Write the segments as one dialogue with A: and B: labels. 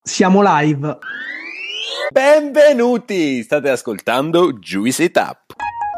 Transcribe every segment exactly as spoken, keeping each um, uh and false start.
A: Siamo live.
B: Benvenuti! State ascoltando Juice It Up.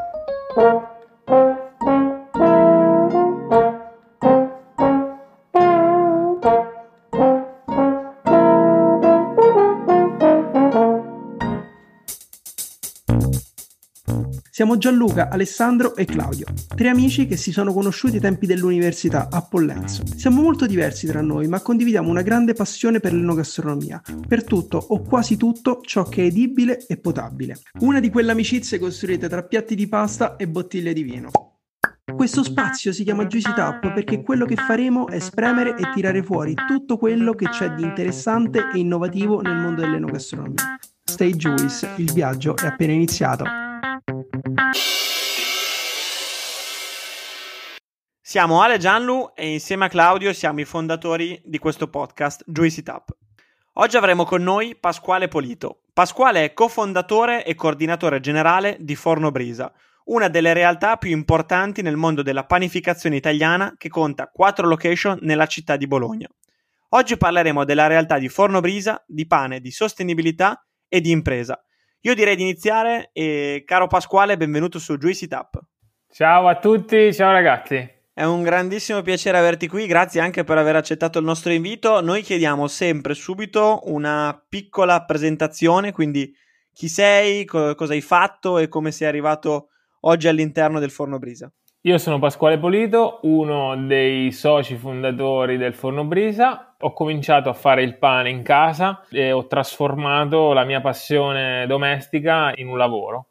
A: Siamo Gianluca, Alessandro e Claudio, tre amici che si sono conosciuti ai tempi dell'università a Pollenzo. Siamo molto diversi tra noi, ma condividiamo una grande passione per l'enogastronomia, per tutto o quasi tutto ciò che è edibile e potabile. Una di quelle amicizie costruite tra piatti di pasta e bottiglie di vino. Questo spazio si chiama Juice It Up perché quello che faremo è spremere e tirare fuori tutto quello che c'è di interessante e innovativo nel mondo dell'enogastronomia. Stay Juice, il viaggio è appena iniziato.
C: Siamo Ale e Gianlu e insieme a Claudio siamo i fondatori di questo podcast Juice It Up. Oggi avremo con noi Pasquale Polito. Pasquale è cofondatore e coordinatore generale di Forno Brisa, una delle realtà più importanti nel mondo della panificazione italiana che conta quattro location nella città di Bologna. Oggi parleremo della realtà di Forno Brisa, di pane, di sostenibilità e di impresa. Io direi di iniziare e caro Pasquale, benvenuto su Juice It Up.
D: Ciao a tutti, ciao ragazzi.
C: È un grandissimo piacere averti qui, grazie anche per aver accettato il nostro invito. Noi chiediamo sempre subito una piccola presentazione, quindi chi sei, co- cosa hai fatto e come sei arrivato oggi all'interno del Forno Brisa.
D: Io sono Pasquale Polito, uno dei soci fondatori del Forno Brisa. Ho cominciato a fare il pane in casa e ho trasformato la mia passione domestica in un lavoro.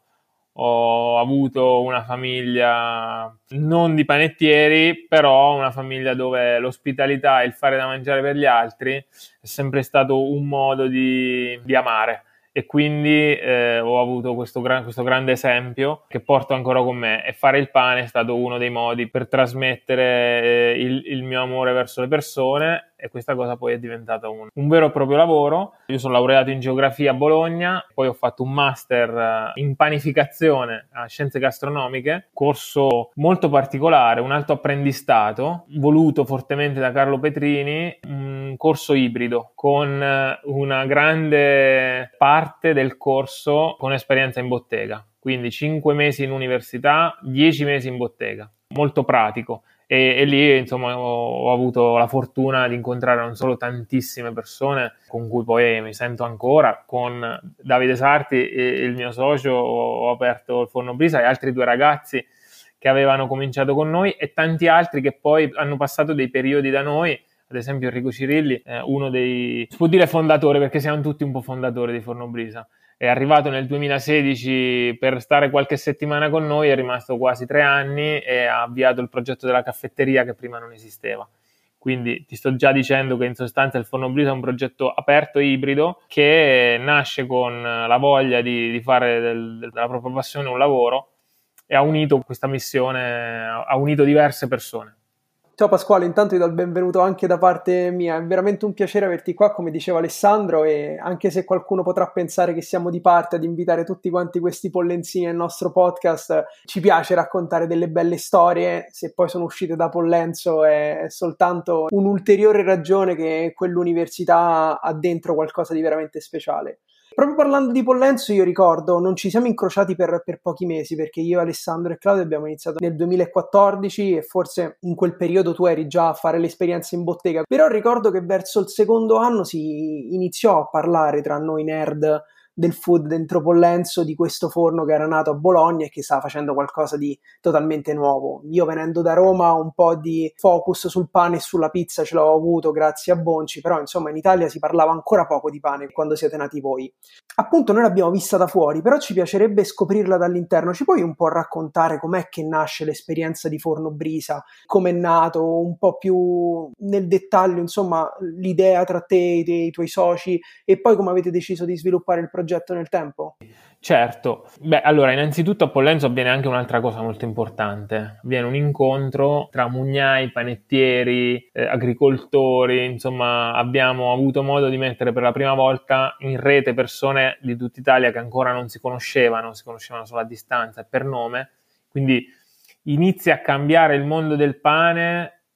D: Ho avuto una famiglia non di panettieri, però una famiglia dove l'ospitalità e il fare da mangiare per gli altri è sempre stato un modo di, di amare. E quindi eh, ho avuto questo, gran, questo grande esempio che porto ancora con me, e fare il pane è stato uno dei modi per trasmettere eh, il, il mio amore verso le persone, e questa cosa poi è diventata un, un vero e proprio lavoro. Io sono laureato in geografia a Bologna, poi ho fatto un master in panificazione a scienze gastronomiche, corso molto particolare, un alto apprendistato, voluto fortemente da Carlo Petrini, un corso ibrido con una grande parte del corso con esperienza in bottega, quindi cinque mesi in università, dieci mesi in bottega, molto pratico. E, e lì insomma ho, ho avuto la fortuna di incontrare non solo tantissime persone con cui poi mi sento ancora. Con Davide Sarti, il mio socio, ho aperto il Forno Brisa, e altri due ragazzi che avevano cominciato con noi, e tanti altri che poi hanno passato dei periodi da noi, ad esempio Enrico Cirilli, eh, uno dei, si può dire fondatore perché siamo tutti un po' fondatori di Forno Brisa. È arrivato nel duemilasedici per stare qualche settimana con noi, è rimasto quasi tre anni e ha avviato il progetto della caffetteria che prima non esisteva. Quindi ti sto già dicendo che in sostanza il Forno Brisa è un progetto aperto e ibrido che nasce con la voglia di, di fare del, della propria passione un lavoro, e ha unito questa missione, ha unito diverse persone.
A: Ciao Pasquale, intanto ti do il benvenuto anche da parte mia, è veramente un piacere averti qua, come diceva Alessandro, e anche se qualcuno potrà pensare che siamo di parte ad invitare tutti quanti questi pollenzini al nostro podcast, ci piace raccontare delle belle storie. Se poi sono uscite da Pollenzo è soltanto un'ulteriore ragione che quell'università ha dentro qualcosa di veramente speciale. Proprio parlando di Pollenzo, io ricordo, non ci siamo incrociati per, per pochi mesi, perché io, Alessandro e Claudio abbiamo iniziato nel duemilaquattordici e forse in quel periodo tu eri già a fare l'esperienza in bottega, però ricordo che verso il secondo anno si iniziò a parlare tra noi nerd del food dentro Pollenzo, di questo forno che era nato a Bologna e che stava facendo qualcosa di totalmente nuovo. Io, venendo da Roma, un po' di focus sul pane e sulla pizza ce l'ho avuto grazie a Bonci, però insomma in Italia si parlava ancora poco di pane quando siete nati voi. Appunto noi l'abbiamo vista da fuori, però ci piacerebbe scoprirla dall'interno. Ci puoi un po' raccontare com'è che nasce l'esperienza di Forno Brisa, com'è nato, un po' più nel dettaglio, insomma, l'idea tra te e i tuoi soci, e poi come avete deciso di sviluppare il progetto nel tempo?
D: Certo, beh, allora innanzitutto a Pollenzo avviene anche un'altra cosa molto importante, avviene un incontro tra mugnai, panettieri, eh, agricoltori, insomma abbiamo avuto modo di mettere per la prima volta in rete persone di tutta Italia che ancora non si conoscevano, si conoscevano solo a distanza e per nome, quindi inizia a cambiare il mondo del pane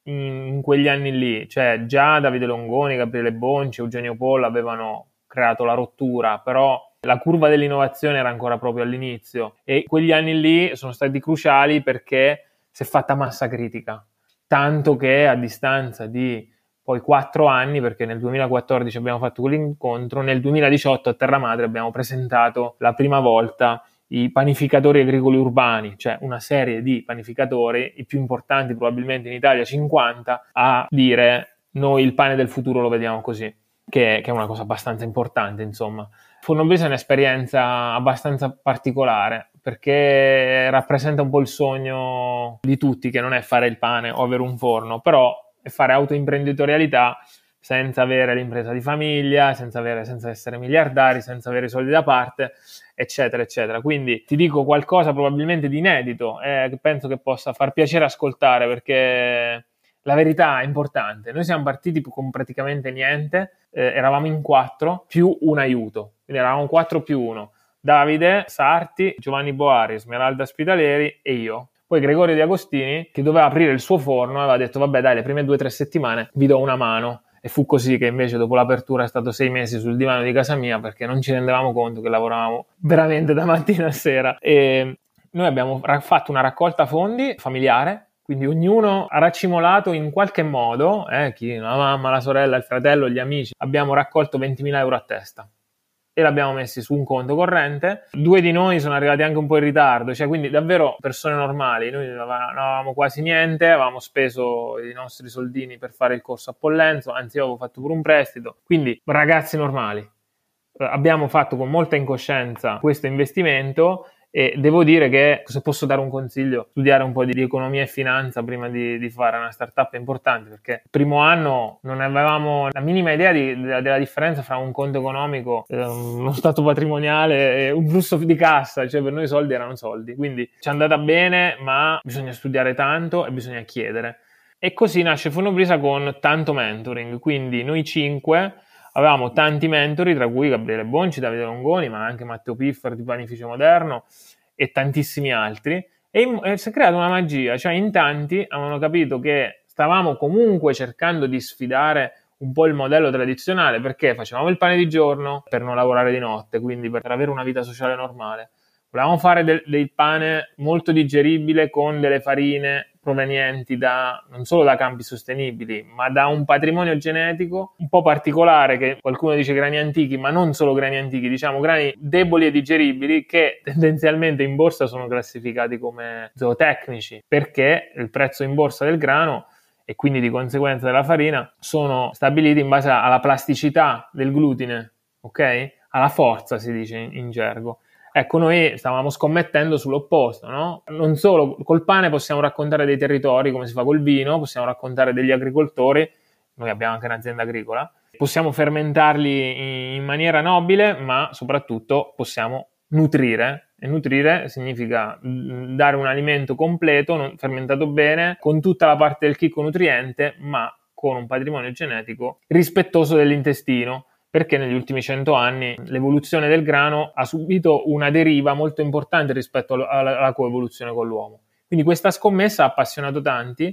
D: in, in quegli anni lì, cioè già Davide Longoni, Gabriele Bonci, Eugenio Polla avevano creato la rottura, però la curva dell'innovazione era ancora proprio all'inizio e quegli anni lì sono stati cruciali perché si è fatta massa critica, tanto che a distanza di poi quattro anni, perché nel duemilaquattordici abbiamo fatto quell'incontro, nel duemiladiciotto a Terra Madre abbiamo presentato la prima volta i panificatori agricoli urbani, cioè una serie di panificatori, i più importanti probabilmente in Italia, cinquanta, a dire noi il pane del futuro lo vediamo così, che, che è una cosa abbastanza importante, insomma. Fornobrisa è un'esperienza abbastanza particolare perché rappresenta un po' il sogno di tutti, che non è fare il pane o avere un forno, però è fare autoimprenditorialità senza avere l'impresa di famiglia, senza, avere, senza essere miliardari, senza avere i soldi da parte, eccetera, eccetera. Quindi ti dico qualcosa probabilmente di inedito e eh, penso che possa far piacere ascoltare, perché la verità è importante. Noi siamo partiti con praticamente niente, eh, eravamo in quattro più un aiuto, quindi eravamo quattro più uno. Davide Sarti, Giovanni Boari, Smeralda Spitaleri e io. Poi Gregorio Di Agostini, che doveva aprire il suo forno, aveva detto vabbè dai, le prime due o tre settimane vi do una mano. E fu così che invece dopo l'apertura è stato sei mesi sul divano di casa mia, perché non ci rendevamo conto che lavoravamo veramente da mattina a sera. E noi abbiamo fatto una raccolta fondi familiare, quindi ognuno ha raccimolato in qualche modo, eh, chi, la mamma, la sorella, il fratello, gli amici, abbiamo raccolto ventimila euro a testa e l'abbiamo messi su un conto corrente. Due di noi sono arrivati anche un po' in ritardo, cioè quindi davvero persone normali. Noi non avevamo quasi niente, avevamo speso i nostri soldini per fare il corso a Pollenzo, anzi io avevo fatto pure un prestito, quindi ragazzi normali. Abbiamo fatto con molta incoscienza questo investimento e devo dire che, se posso dare un consiglio, studiare un po' di economia e finanza prima di, di fare una startup è importante, perché il primo anno non avevamo la minima idea di, della, della differenza fra un conto economico, eh, uno stato patrimoniale e un flusso di cassa, cioè per noi i soldi erano soldi, quindi ci è andata bene, ma bisogna studiare tanto e bisogna chiedere. E così nasce Fornobrisa con tanto mentoring, quindi noi cinque avevamo tanti mentori, tra cui Gabriele Bonci, Davide Longoni, ma anche Matteo Piffer di Panificio Moderno e tantissimi altri. E, e si è creata una magia, cioè in tanti avevano capito che stavamo comunque cercando di sfidare un po' il modello tradizionale, perché facevamo il pane di giorno per non lavorare di notte, quindi per avere una vita sociale normale. Volevamo fare del, del pane molto digeribile con delle farine provenienti da non solo da campi sostenibili, ma da un patrimonio genetico un po' particolare, che qualcuno dice grani antichi, ma non solo grani antichi, diciamo grani deboli e digeribili, che tendenzialmente in borsa sono classificati come zootecnici, perché il prezzo in borsa del grano e quindi di conseguenza della farina sono stabiliti in base alla plasticità del glutine, ok? Alla forza, si dice in, in gergo. Ecco, noi stavamo scommettendo sull'opposto, no? Non solo, col pane possiamo raccontare dei territori, come si fa col vino, possiamo raccontare degli agricoltori, noi abbiamo anche un'azienda agricola, possiamo fermentarli in maniera nobile, ma soprattutto possiamo nutrire, e nutrire significa dare un alimento completo, fermentato bene, con tutta la parte del chicco nutriente, ma con un patrimonio genetico rispettoso dell'intestino, perché negli ultimi cento anni l'evoluzione del grano ha subito una deriva molto importante rispetto alla, alla coevoluzione con l'uomo. Quindi questa scommessa ha appassionato tanti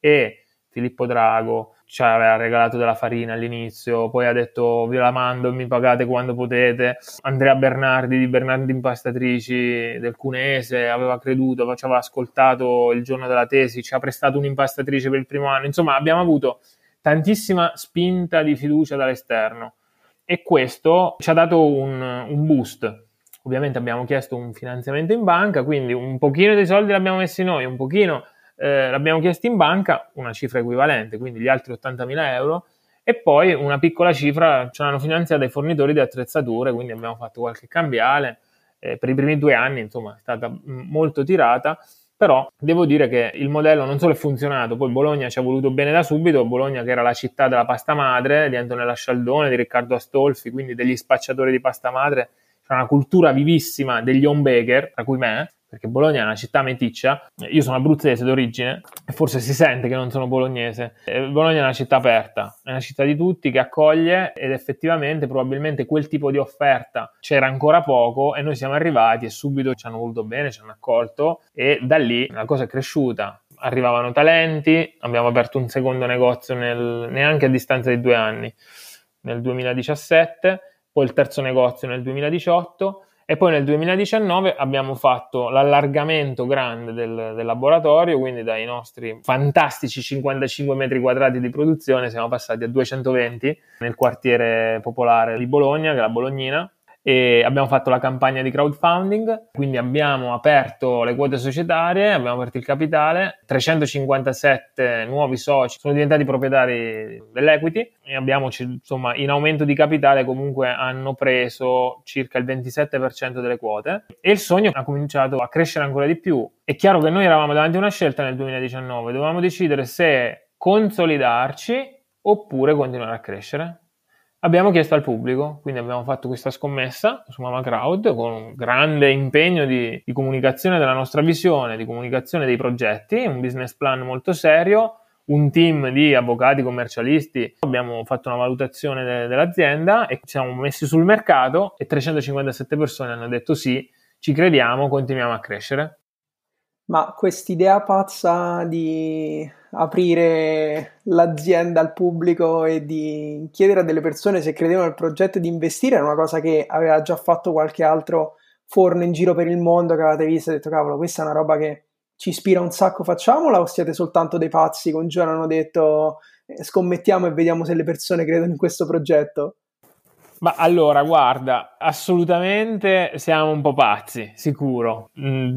D: e Filippo Drago ci aveva regalato della farina all'inizio, poi ha detto vi la mando e mi pagate quando potete. Andrea Bernardi di Bernardi Impastatrici del Cuneese aveva creduto, ci aveva ascoltato il giorno della tesi, ci ha prestato un'impastatrice per il primo anno. Insomma, abbiamo avuto tantissima spinta di fiducia dall'esterno. E questo ci ha dato un, un boost. Ovviamente abbiamo chiesto un finanziamento in banca, quindi un pochino dei soldi l'abbiamo messi noi, un pochino eh, l'abbiamo chiesto in banca, una cifra equivalente, quindi gli altri ottantamila euro, e poi una piccola cifra ce l'hanno finanziata i fornitori di attrezzature, quindi abbiamo fatto qualche cambiale. Eh, per i primi due anni, insomma, è stata molto tirata. Però devo dire che il modello non solo è funzionato, poi Bologna ci ha voluto bene da subito, Bologna che era la città della pasta madre, di Antonella Scialdone, di Riccardo Astolfi, quindi degli spacciatori di pasta madre, c'è una cultura vivissima degli home baker, tra cui me, perché Bologna è una città meticcia, io sono abruzzese d'origine e forse si sente che non sono bolognese. Bologna è una città aperta, è una città di tutti che accoglie ed effettivamente probabilmente quel tipo di offerta c'era ancora poco e noi siamo arrivati e subito ci hanno voluto bene, ci hanno accolto e da lì la cosa è cresciuta. arrivavano talenti, abbiamo aperto un secondo negozio nel, neanche a distanza di due anni, nel duemiladiciassette, poi il terzo negozio nel duemiladiciotto e poi nel duemiladiciannove abbiamo fatto l'allargamento grande del, del laboratorio, quindi dai nostri fantastici cinquantacinque metri quadrati di produzione siamo passati a duecentoventi nel quartiere popolare di Bologna, che è la Bolognina, e abbiamo fatto la campagna di crowdfunding, quindi abbiamo aperto le quote societarie, abbiamo aperto il capitale, trecentocinquantasette nuovi soci sono diventati proprietari dell'equity e abbiamo, insomma, in aumento di capitale comunque hanno preso circa il ventisette per cento delle quote e il sogno ha cominciato a crescere ancora di più. È chiaro che noi eravamo davanti a una scelta nel duemiladiciannove, dovevamo decidere se consolidarci oppure continuare a crescere. Abbiamo chiesto al pubblico, quindi abbiamo fatto questa scommessa su Mama Crowd con un grande impegno di, di comunicazione della nostra visione, di comunicazione dei progetti, un business plan molto serio, un team di avvocati commercialisti. Abbiamo fatto una valutazione de- dell'azienda e ci siamo messi sul mercato e trecentocinquantasette persone hanno detto sì, ci crediamo, continuiamo a crescere.
A: Ma quest'idea pazza di aprire l'azienda al pubblico e di chiedere a delle persone se credevano nel progetto e di investire era una cosa che aveva già fatto qualche altro forno in giro per il mondo che avete visto e detto cavolo, questa è una roba che ci ispira un sacco, facciamola, o siete soltanto dei pazzi che un giorno hanno detto eh, scommettiamo e vediamo se le persone credono in questo progetto?
D: Ma allora, guarda, assolutamente siamo un po' pazzi, sicuro.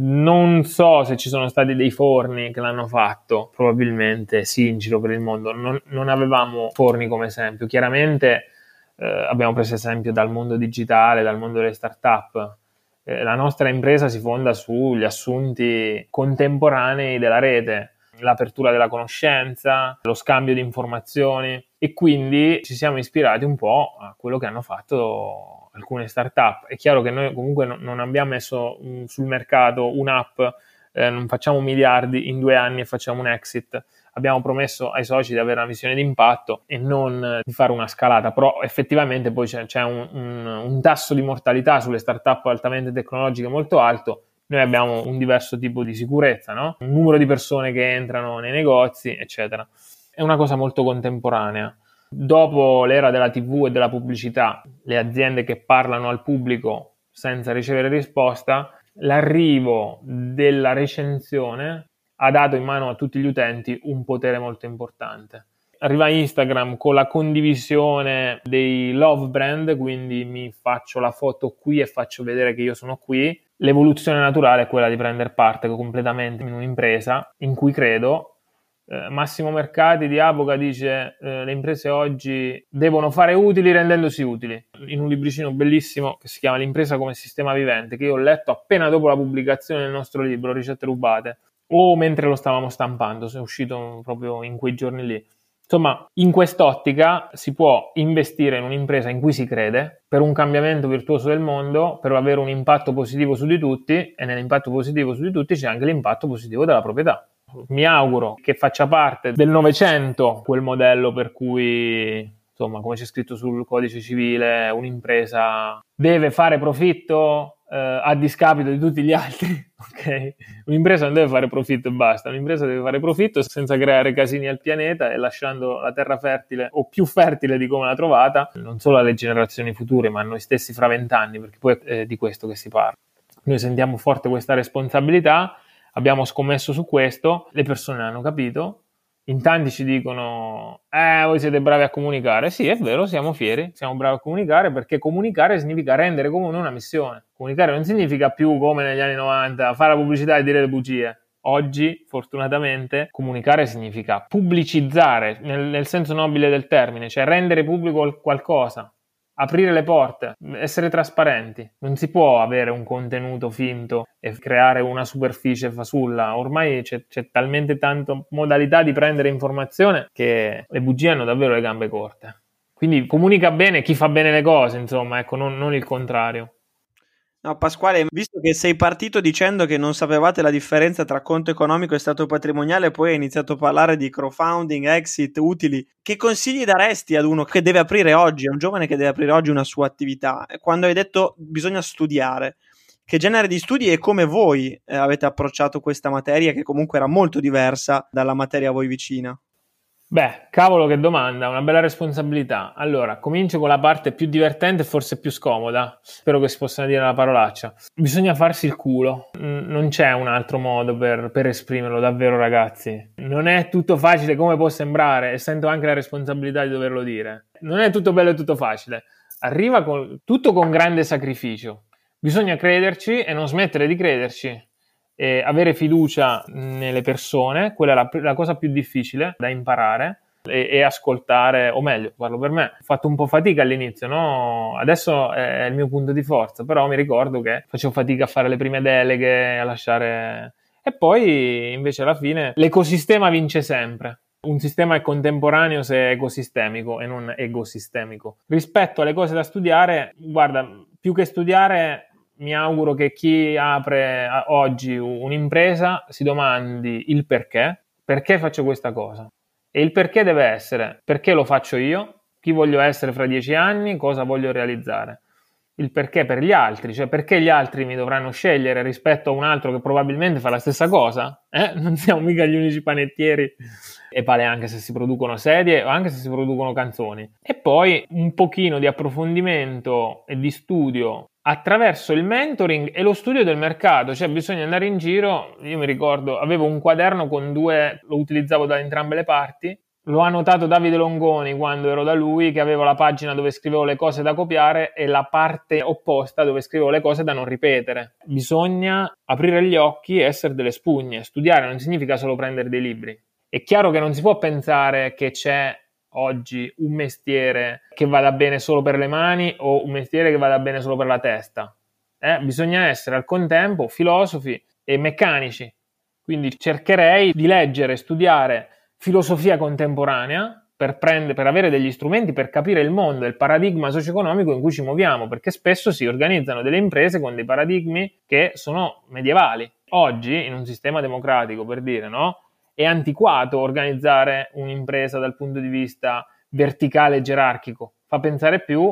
D: Non so se ci sono stati dei forni che l'hanno fatto, probabilmente sì, in giro per il mondo. Non, non avevamo forni come esempio. Chiaramente eh, abbiamo preso esempio dal mondo digitale, dal mondo delle start-up. Eh, la nostra impresa si fonda sugli assunti contemporanei della rete, l'apertura della conoscenza, lo scambio di informazioni e quindi ci siamo ispirati un po' a quello che hanno fatto alcune start-up. È chiaro che noi comunque non abbiamo messo sul mercato un'app, eh, non facciamo miliardi in due anni e facciamo un exit. Abbiamo promesso ai soci di avere una visione di impatto e non di fare una scalata, però effettivamente poi c'è, c'è un, un, un tasso di mortalità sulle start-up altamente tecnologiche molto alto. Noi abbiamo un diverso tipo di sicurezza, no? Un numero di persone che entrano nei negozi, eccetera. È una cosa molto contemporanea. Dopo l'era della tivù e della pubblicità, le aziende che parlano al pubblico senza ricevere risposta, l'arrivo della recensione ha dato in mano a tutti gli utenti un potere molto importante. Arriva Instagram con la condivisione dei love brand, quindi mi faccio la foto qui e faccio vedere che io sono qui. L'evoluzione naturale è quella di prendere parte completamente in un'impresa in cui credo. Eh, Massimo Mercati di Avoca dice eh, le imprese oggi devono fare utili rendendosi utili, in un libricino bellissimo che si chiama L'impresa come sistema vivente, che io ho letto appena dopo la pubblicazione del nostro libro Ricette rubate, o mentre lo stavamo stampando, è uscito proprio in quei giorni lì. Insomma, in quest'ottica si può investire in un'impresa in cui si crede per un cambiamento virtuoso del mondo, per avere un impatto positivo su di tutti, e nell'impatto positivo su di tutti c'è anche l'impatto positivo della proprietà. Mi auguro che faccia parte del Novecento quel modello per cui, insomma, come c'è scritto sul codice civile, un'impresa deve fare profitto eh, a discapito di tutti gli altri, ok? Un'impresa non deve fare profitto e basta, un'impresa deve fare profitto senza creare casini al pianeta e lasciando la terra fertile o più fertile di come l'ha trovata, non solo alle generazioni future ma a noi stessi fra vent'anni, perché poi è di questo che si parla. Noi sentiamo forte questa responsabilità. Abbiamo scommesso su questo, le persone hanno capito, in tanti ci dicono eh voi siete bravi a comunicare. Sì, è vero, siamo fieri, siamo bravi a comunicare, perché comunicare significa rendere comune una missione. Comunicare non significa più, come negli anni novanta, fare la pubblicità e dire le bugie. Oggi, fortunatamente, comunicare significa pubblicizzare nel, nel senso nobile del termine, cioè rendere pubblico qualcosa. Aprire le porte, essere trasparenti. Non si può avere un contenuto finto e creare una superficie fasulla. Ormai c'è, c'è talmente tanta modalità di prendere informazione che le bugie hanno davvero le gambe corte. Quindi comunica bene chi fa bene le cose, insomma, ecco, non, non il contrario.
C: No, Pasquale, visto che sei partito dicendo che non sapevate la differenza tra conto economico e stato patrimoniale, poi hai iniziato a parlare di crowdfunding, exit, utili, che consigli daresti ad uno che deve aprire oggi, a un giovane che deve aprire oggi una sua attività? Quando hai detto bisogna studiare, che genere di studi e come voi eh, avete approcciato questa materia, che comunque era molto diversa dalla materia a voi vicina.
D: Beh, cavolo che domanda, una bella responsabilità. Allora, comincio con la parte più divertente e forse più scomoda. Spero che si possa dire la parolaccia. Bisogna farsi il culo. Non c'è un altro modo per, per esprimerlo, davvero, ragazzi. Non è tutto facile come può sembrare, e sento anche la responsabilità di doverlo dire. Non è tutto bello e tutto facile. Arriva con, tutto con grande sacrificio. Bisogna crederci e non smettere di crederci. E avere fiducia nelle persone, quella è la, la cosa più difficile da imparare, e, e ascoltare, o meglio, parlo per me, ho fatto un po' fatica all'inizio, no? Adesso è il mio punto di forza, però mi ricordo che facevo fatica a fare le prime deleghe, a lasciare... E poi invece alla fine l'ecosistema vince sempre. Un sistema è contemporaneo se è ecosistemico e non egosistemico. Rispetto alle cose da studiare, guarda, più che studiare... Mi auguro che chi apre oggi un'impresa si domandi il perché, perché faccio questa cosa. E il perché deve essere, perché lo faccio io, chi voglio essere fra dieci anni, cosa voglio realizzare. Il perché per gli altri, cioè perché gli altri mi dovranno scegliere rispetto a un altro che probabilmente fa la stessa cosa. Eh? Non siamo mica gli unici panettieri, e vale anche se si producono sedie o anche se si producono canzoni. E poi un pochino di approfondimento e di studio attraverso il mentoring e lo studio del mercato, cioè bisogna andare in giro. Io mi ricordo, avevo un quaderno con due, lo utilizzavo da entrambe le parti, lo ha notato Davide Longoni quando ero da lui, che avevo la pagina dove scrivevo le cose da copiare e la parte opposta dove scrivevo le cose da non ripetere. Bisogna aprire gli occhi e essere delle spugne. Studiare non significa solo prendere dei libri. È chiaro che non si può pensare che c'è oggi un mestiere che vada bene solo per le mani o un mestiere che vada bene solo per la testa. Eh? Bisogna essere al contempo filosofi e meccanici. Quindi cercherei di leggere, studiare filosofia contemporanea per, prendere, per avere degli strumenti per capire il mondo e il paradigma socio-economico in cui ci muoviamo, perché spesso si organizzano delle imprese con dei paradigmi che sono medievali. Oggi, in un sistema democratico, per dire, no? È antiquato organizzare un'impresa dal punto di vista verticale e gerarchico. Fa pensare più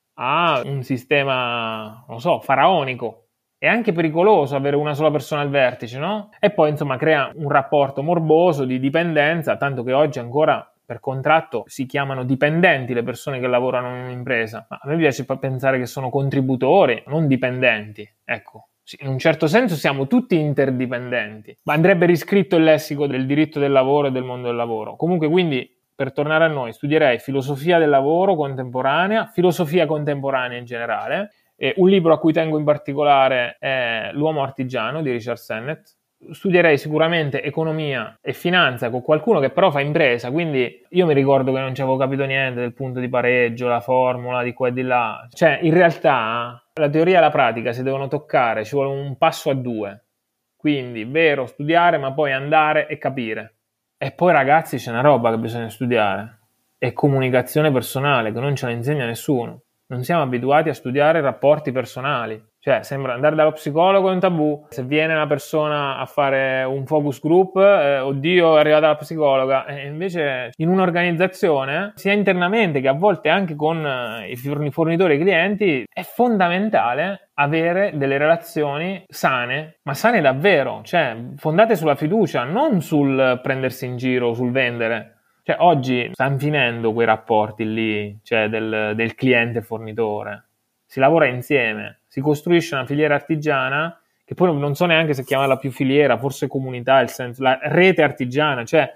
D: a un sistema, non so, faraonico. È anche pericoloso avere una sola persona al vertice, no? E poi, insomma, crea un rapporto morboso di dipendenza, tanto che oggi ancora per contratto si chiamano dipendenti le persone che lavorano in un'impresa. Ma a me piace pensare che sono contributori, non dipendenti, ecco. In un certo senso siamo tutti interdipendenti, ma andrebbe riscritto il lessico del diritto del lavoro e del mondo del lavoro. Comunque, quindi, per tornare a noi, studierei filosofia del lavoro contemporanea, filosofia contemporanea in generale. E un libro a cui tengo in particolare è L'uomo artigiano di Richard Sennett. Studierei sicuramente economia e finanza con qualcuno che però fa impresa, quindi io mi ricordo che non ci avevo capito niente del punto di pareggio, la formula di qua e di là. Cioè, in realtà la teoria e la pratica si devono toccare, ci vuole un passo a due. Quindi, vero, studiare, ma poi andare e capire. E poi, ragazzi, c'è una roba che bisogna studiare. È comunicazione personale, che non ce la insegna nessuno. Non siamo abituati a studiare rapporti personali. Cioè, sembra andare dallo psicologo è un tabù. Se viene una persona a fare un focus group, eh, oddio, è arrivata la psicologa. E invece in un'organizzazione, sia internamente che a volte anche con eh, i fornitori e i clienti, è fondamentale avere delle relazioni sane, ma sane davvero. Cioè, fondate sulla fiducia, non sul prendersi in giro, sul vendere. Cioè, oggi stanno finendo quei rapporti lì, cioè del, del cliente e fornitore. Si lavora insieme, si costruisce una filiera artigiana, che poi non so neanche se chiamarla più filiera, forse comunità, il senso, la rete artigiana, cioè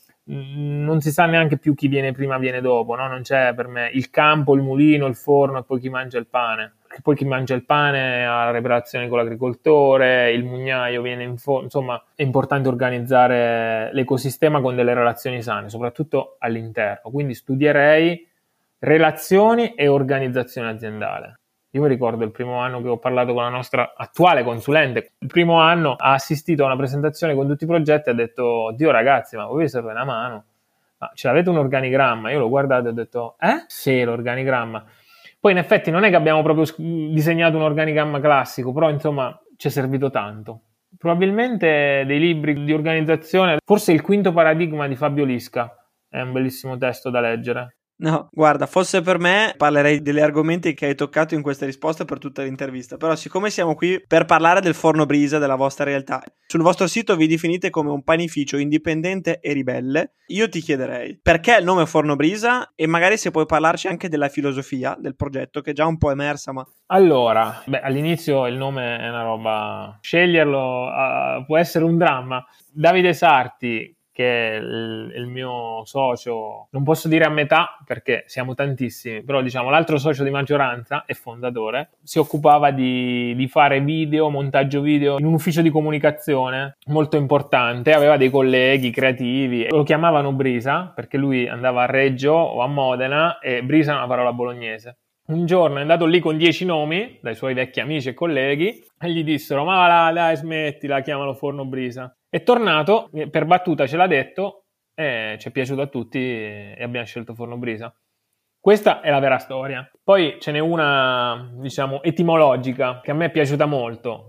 D: mh, non si sa neanche più chi viene prima, viene dopo, no? Non c'è per me il campo, il mulino, il forno e poi chi mangia il pane. Perché poi chi mangia il pane ha la relazione con l'agricoltore, il mugnaio viene in forno, insomma è importante organizzare l'ecosistema con delle relazioni sane, soprattutto all'interno. Quindi studierei relazioni e organizzazione aziendale. Io mi ricordo il primo anno che ho parlato con la nostra attuale consulente, il primo anno ha assistito a una presentazione con tutti i progetti e ha detto: Dio ragazzi, ma voi vi serve una mano? Ma ce l'avete un organigramma? Io l'ho guardato e ho detto: eh? Sì, l'organigramma. Poi in effetti non è che abbiamo proprio disegnato un organigramma classico, però insomma ci è servito tanto. Probabilmente dei libri di organizzazione, forse Il quinto paradigma di Fabio Lisca è un bellissimo testo da leggere.
C: No, guarda, fosse per me parlerei degli argomenti che hai toccato in questa risposta per tutta l'intervista, però siccome siamo qui per parlare del Forno Brisa, della vostra realtà, sul vostro sito vi definite come un panificio indipendente e ribelle, io ti chiederei perché il nome Forno Brisa e magari se puoi parlarci anche della filosofia del progetto, che è già un po' emersa, ma...
D: Allora, beh, all'inizio il nome è una roba, sceglierlo uh, può essere un dramma. Davide Sarti, che è il, il mio socio, non posso dire a metà perché siamo tantissimi, però diciamo l'altro socio di maggioranza e fondatore, si occupava di, di fare video, montaggio video in un ufficio di comunicazione molto importante, aveva dei colleghi creativi, lo chiamavano Brisa perché lui andava a Reggio o a Modena e Brisa è una parola bolognese. Un giorno è andato lì con dieci nomi dai suoi vecchi amici e colleghi e gli dissero ma va là, dai smettila, chiamalo Forno Brisa. È tornato, per battuta ce l'ha detto e ci è piaciuto a tutti e abbiamo scelto Forno Brisa. Questa è la vera storia. Poi ce n'è una, diciamo, etimologica che a me è piaciuta molto.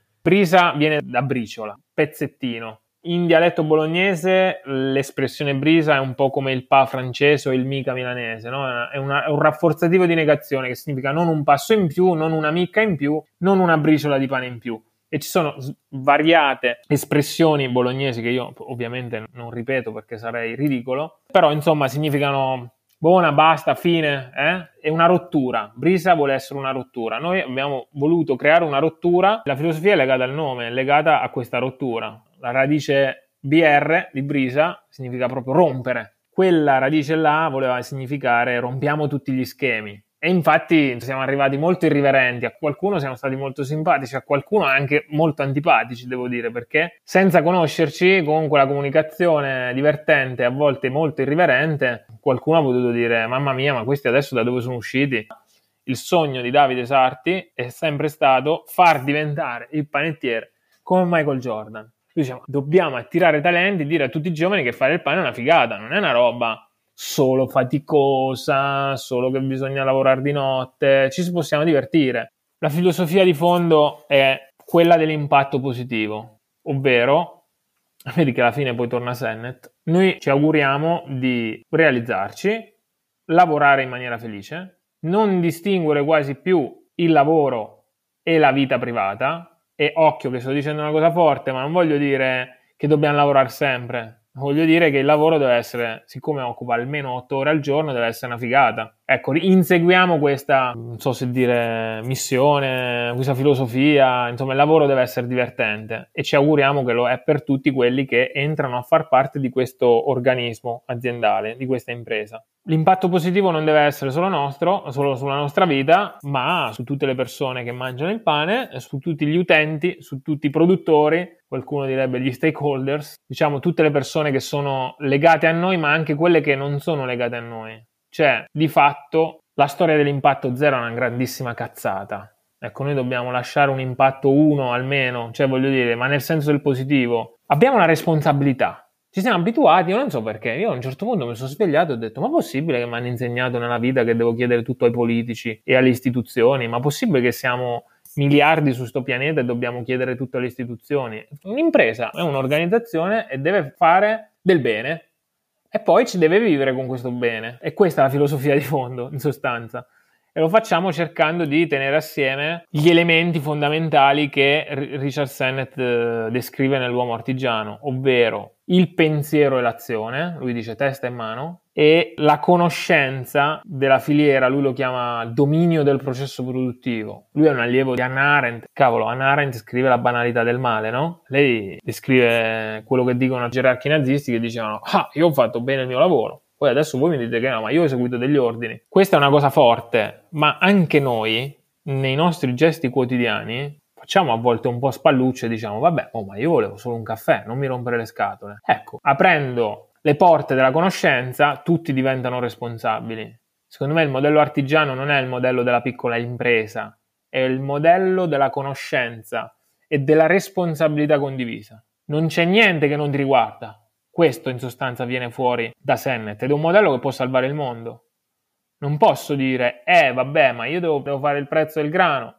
D: Brisa viene da briciola, pezzettino. In dialetto bolognese l'espressione brisa è un po' come il pa francese o il mica milanese, no? È, una, è un rafforzativo di negazione che significa non un passo in più, non una micca in più, non una briciola di pane in più. E ci sono svariate espressioni bolognesi che io ovviamente non ripeto perché sarei ridicolo, però insomma significano buona, basta, fine, eh? È una rottura. Brisa vuole essere una rottura. Noi abbiamo voluto creare una rottura, la filosofia è legata al nome, è legata a questa rottura. La radice B R di Brisa significa proprio rompere. Quella radice là voleva significare rompiamo tutti gli schemi. E infatti siamo arrivati molto irriverenti, a qualcuno siamo stati molto simpatici, a qualcuno anche molto antipatici, devo dire, perché senza conoscerci, con quella comunicazione divertente, a volte molto irriverente, qualcuno ha potuto dire mamma mia, ma questi adesso da dove sono usciti? Il sogno di Davide Sarti è sempre stato far diventare il panettiere come Michael Jordan. Diciamo, dobbiamo attirare talenti, dire a tutti i giovani che fare il pane è una figata, non è una roba solo faticosa, solo che bisogna lavorare di notte, ci si possiamo divertire. La filosofia di fondo è quella dell'impatto positivo, ovvero, vedi che alla fine poi torna Sennett, noi ci auguriamo di realizzarci, lavorare in maniera felice, non distinguere quasi più il lavoro e la vita privata, e occhio che sto dicendo una cosa forte, ma non voglio dire che dobbiamo lavorare sempre. Voglio dire che il lavoro deve essere, siccome occupa almeno otto ore al giorno, deve essere una figata. Ecco, inseguiamo questa, non so se dire, missione, questa filosofia, insomma il lavoro deve essere divertente e ci auguriamo che lo è per tutti quelli che entrano a far parte di questo organismo aziendale, di questa impresa. L'impatto positivo non deve essere solo nostro, solo sulla nostra vita, ma su tutte le persone che mangiano il pane, su tutti gli utenti, su tutti i produttori, qualcuno direbbe gli stakeholders, diciamo tutte le persone che sono legate a noi, ma anche quelle che non sono legate a noi. Cioè, di fatto, la storia dell'impatto zero è una grandissima cazzata. Ecco, noi dobbiamo lasciare un impatto uno almeno, cioè voglio dire, ma nel senso del positivo. Abbiamo una responsabilità. Ci siamo abituati, io non so perché, io a un certo punto mi sono svegliato e ho detto ma possibile che mi hanno insegnato nella vita che devo chiedere tutto ai politici e alle istituzioni? Ma possibile che siamo miliardi su sto pianeta e dobbiamo chiedere tutto alle istituzioni? Un'impresa è un'organizzazione e deve fare del bene e poi ci deve vivere con questo bene. E questa è la filosofia di fondo, in sostanza. E lo facciamo cercando di tenere assieme gli elementi fondamentali che Richard Sennett eh, descrive nell'uomo artigiano, ovvero il pensiero e l'azione, lui dice testa e mano, e la conoscenza della filiera, lui lo chiama dominio del processo produttivo. Lui è un allievo di Hannah Arendt. Cavolo, Hannah Arendt scrive La banalità del male, no? Lei descrive quello che dicono i gerarchi nazisti che dicevano ah, io ho fatto bene il mio lavoro. Poi adesso voi mi dite che no, ma io ho eseguito degli ordini. Questa è una cosa forte, ma anche noi, nei nostri gesti quotidiani, facciamo a volte un po' spallucce e diciamo vabbè, oh, ma io volevo solo un caffè, non mi rompere le scatole. Ecco, aprendo le porte della conoscenza, tutti diventano responsabili. Secondo me il modello artigiano non è il modello della piccola impresa, è il modello della conoscenza e della responsabilità condivisa. Non c'è niente che non ti riguarda. Questo in sostanza viene fuori da Sennett ed è un modello che può salvare il mondo. Non posso dire, eh vabbè, ma io devo, devo fare il prezzo del grano.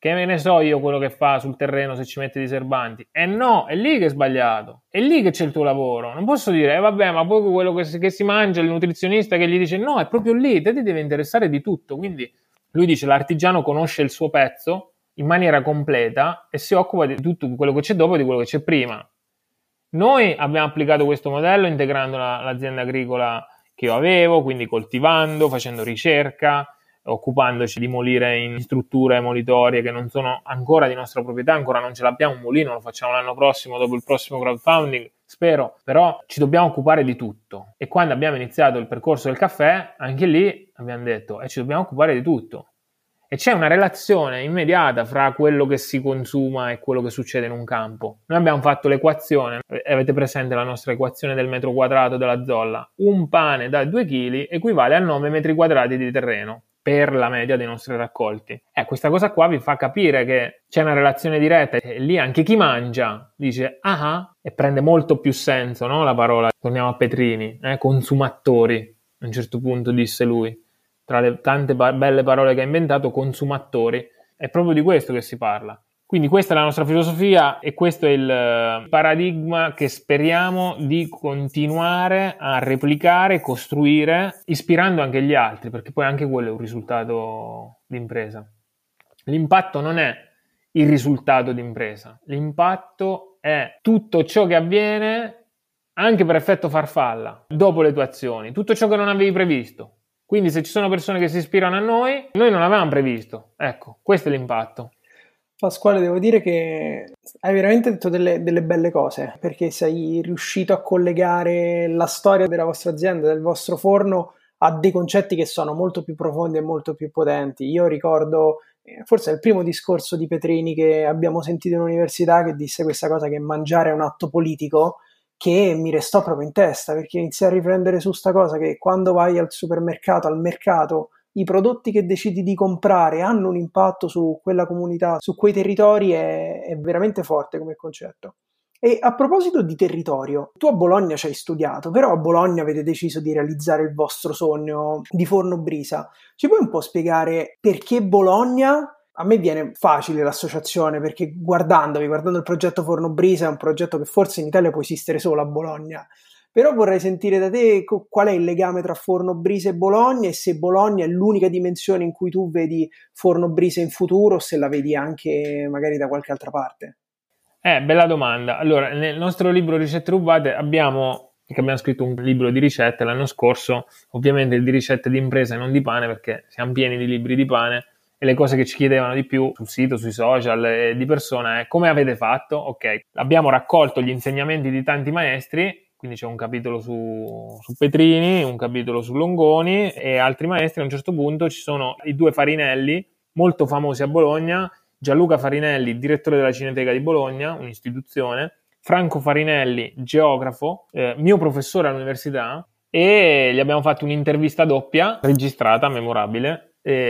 D: che me ne so io quello che fa sul terreno se ci mette i diserbanti. E no, è lì che è sbagliato, è lì che c'è il tuo lavoro. Non posso dire, eh vabbè, ma poi quello che si, che si mangia, il nutrizionista che gli dice, no, è proprio lì, te ti deve interessare di tutto. Quindi lui dice, l'artigiano conosce il suo pezzo in maniera completa e si occupa di tutto quello che c'è dopo e di quello che c'è prima. Noi abbiamo applicato questo modello integrando la, l'azienda agricola che io avevo, quindi coltivando, facendo ricerca, occupandoci di molire in strutture molitorie che non sono ancora di nostra proprietà, ancora non ce l'abbiamo un mulino, lo facciamo l'anno prossimo dopo il prossimo crowdfunding, spero, però ci dobbiamo occupare di tutto. E quando abbiamo iniziato il percorso del caffè, anche lì abbiamo detto, e eh, ci dobbiamo occupare di tutto. E c'è una relazione immediata fra quello che si consuma e quello che succede in un campo. Noi abbiamo fatto l'equazione, avete presente la nostra equazione del metro quadrato della zolla? Un pane da due chili equivale a nove metri quadrati di terreno per la media dei nostri raccolti. Eh, questa cosa qua vi fa capire che c'è una relazione diretta e lì anche chi mangia dice ah, e prende molto più senso, no? La parola, torniamo a Petrini, eh? Consumatori, a un certo punto disse lui. Tra le tante ba- belle parole che ha inventato, consumatori, è proprio di questo che si parla. Quindi questa è la nostra filosofia e questo è il paradigma che speriamo di continuare a replicare, costruire, ispirando anche gli altri, perché poi anche quello è un risultato d'impresa. L'impatto non è il risultato d'impresa, l'impatto è tutto ciò che avviene anche per effetto farfalla, dopo le tue azioni, tutto ciò che non avevi previsto. Quindi se ci sono persone che si ispirano a noi, noi non avevamo previsto. Ecco, questo è l'impatto.
A: Pasquale, devo dire che hai veramente detto delle, delle belle cose, perché sei riuscito a collegare la storia della vostra azienda, del vostro forno, a dei concetti che sono molto più profondi e molto più potenti. Io ricordo, eh, forse è il primo discorso di Petrini che abbiamo sentito in università, che disse questa cosa, che mangiare è un atto politico, che mi restò proprio in testa, perché iniziai a riprendere su sta cosa che quando vai al supermercato, al mercato, i prodotti che decidi di comprare hanno un impatto su quella comunità, su quei territori, è, è veramente forte come concetto. E a proposito di territorio, tu a Bologna ci hai studiato, però a Bologna avete deciso di realizzare il vostro sogno di Forno Brisa. Ci puoi un po' spiegare perché Bologna? A me viene facile l'associazione, perché guardandovi, guardando il progetto Forno Brisa, è un progetto che forse in Italia può esistere solo a Bologna, però vorrei sentire da te qual è il legame tra Forno Brisa e Bologna, e se Bologna è l'unica dimensione in cui tu vedi Forno Brisa in futuro, o se la vedi anche magari da qualche altra parte.
D: Eh, bella domanda. Allora, nel nostro libro Ricette Rubate abbiamo, che abbiamo scritto un libro di ricette l'anno scorso, ovviamente di ricette di impresa e non di pane, perché siamo pieni di libri di pane, e le cose che ci chiedevano di più sul sito, sui social e di persona è come avete fatto? Ok, abbiamo raccolto gli insegnamenti di tanti maestri, quindi c'è un capitolo su, su Petrini, un capitolo su Longoni e altri maestri. A un certo punto ci sono i due Farinelli, molto famosi a Bologna, Gianluca Farinelli, direttore della Cineteca di Bologna, un'istituzione, Franco Farinelli, geografo, eh, mio professore all'università, e gli abbiamo fatto un'intervista doppia, registrata, memorabile,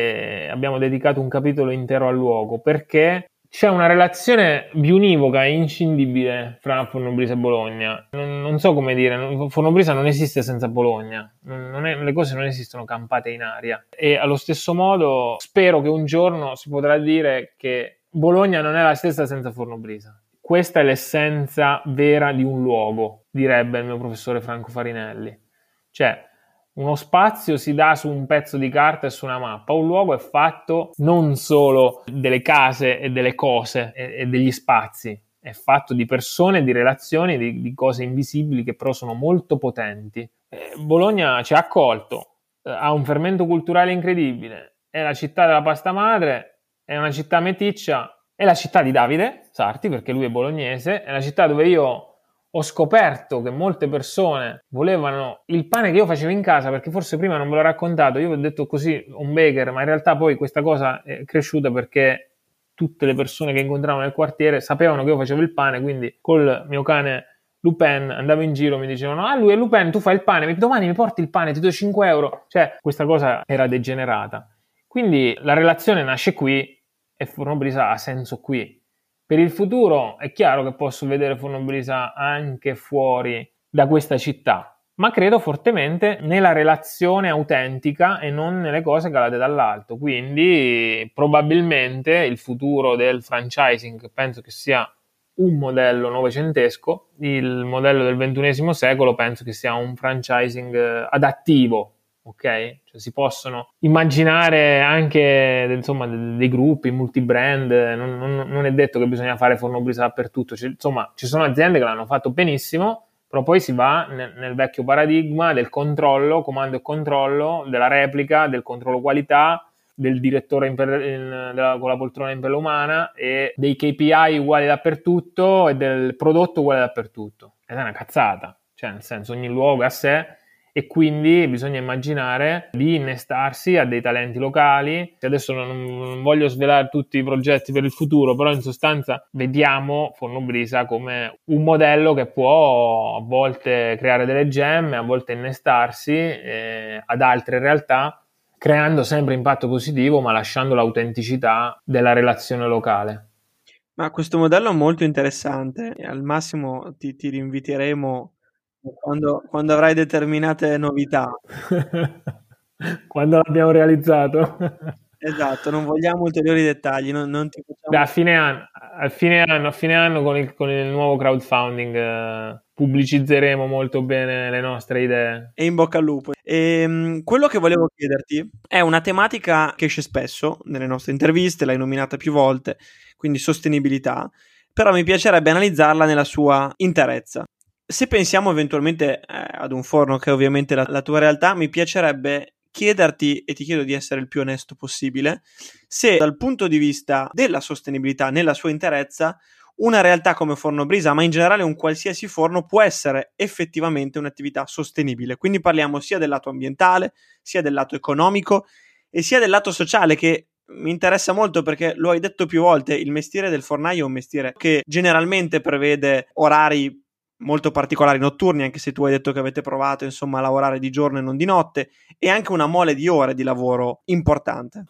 D: e abbiamo dedicato un capitolo intero al luogo, perché c'è una relazione biunivoca e inscindibile fra Forno Brisa e Bologna. Non, non so come dire, Forno Brisa non esiste senza Bologna, non è, le cose non esistono campate in aria. E allo stesso modo spero che un giorno si potrà dire che Bologna non è la stessa senza Forno Brisa. Questa è l'essenza vera di un luogo, direbbe il mio professore Franco Farinelli. Cioè, uno spazio si dà su un pezzo di carta e su una mappa, un luogo è fatto non solo delle case e delle cose e, e degli spazi, è fatto di persone, di relazioni, di, di cose invisibili che però sono molto potenti. Eh, Bologna ci ha accolto, eh, ha un fermento culturale incredibile, è la città della pasta madre, è una città meticcia, è la città di Davide Sarti, perché lui è bolognese, è la città dove io ho scoperto che molte persone volevano il pane che io facevo in casa, perché forse prima non ve l'ho raccontato, io ho detto così, un baker, ma in realtà poi questa cosa è cresciuta perché tutte le persone che incontravano nel quartiere sapevano che io facevo il pane, quindi col mio cane Lupin andavo in giro, mi dicevano ah lui è Lupin, tu fai il pane, domani mi porti il pane, ti do cinque euro, cioè questa cosa era degenerata. Quindi la relazione nasce qui e Forno Brisa ha senso qui. Per il futuro è chiaro che posso vedere Forno Brisa anche fuori da questa città, ma credo fortemente nella relazione autentica e non nelle cose calate dall'alto. Quindi probabilmente il futuro del franchising penso che sia un modello novecentesco, il modello del ventunesimo secolo penso che sia un franchising adattivo, ok? Cioè si possono immaginare anche insomma dei gruppi multibrand, non, non, non è detto che bisogna fare Fornobrisa dappertutto, cioè, insomma ci sono aziende che l'hanno fatto benissimo, però poi si va nel, nel vecchio paradigma del controllo, comando e controllo, della replica, del controllo qualità, del direttore in per, in, della, con la poltrona in pelle umana e dei K P I uguali dappertutto e del prodotto uguale dappertutto. Ed è una cazzata, cioè nel senso ogni luogo è a sé e quindi bisogna immaginare di innestarsi a dei talenti locali. Adesso non, non voglio svelare tutti i progetti per il futuro, però in sostanza vediamo Fornobrisa come un modello che può a volte creare delle gemme, a volte innestarsi eh, ad altre realtà, creando sempre impatto positivo ma lasciando l'autenticità della relazione locale.
C: Ma questo modello è molto interessante e al massimo ti, ti rinviteremo quando, quando avrai determinate novità.
D: Quando l'abbiamo realizzato.
C: Esatto, non vogliamo ulteriori dettagli, non, non ti facciamo...
D: Beh, a fine anno, a fine anno, a fine anno con, il, con il nuovo crowdfunding eh, pubblicizzeremo molto bene le nostre idee.
C: E in bocca al lupo. E, um, quello che volevo chiederti è una tematica che esce spesso nelle nostre interviste, l'hai nominata più volte, quindi sostenibilità, però mi piacerebbe analizzarla nella sua interezza. Se pensiamo eventualmente eh, ad un forno che è ovviamente la, la tua realtà, mi piacerebbe chiederti, e ti chiedo di essere il più onesto possibile, se dal punto di vista della sostenibilità nella sua interezza una realtà come Fornobrisa, ma in generale un qualsiasi forno, può essere effettivamente un'attività sostenibile. Quindi parliamo sia del lato ambientale, sia del lato economico e sia del lato sociale, che mi interessa molto perché lo hai detto più volte, il mestiere del fornaio è un mestiere che generalmente prevede orari molto particolari notturni, anche se tu hai detto che avete provato insomma a lavorare di giorno e non di notte, e anche una mole di ore di lavoro importante.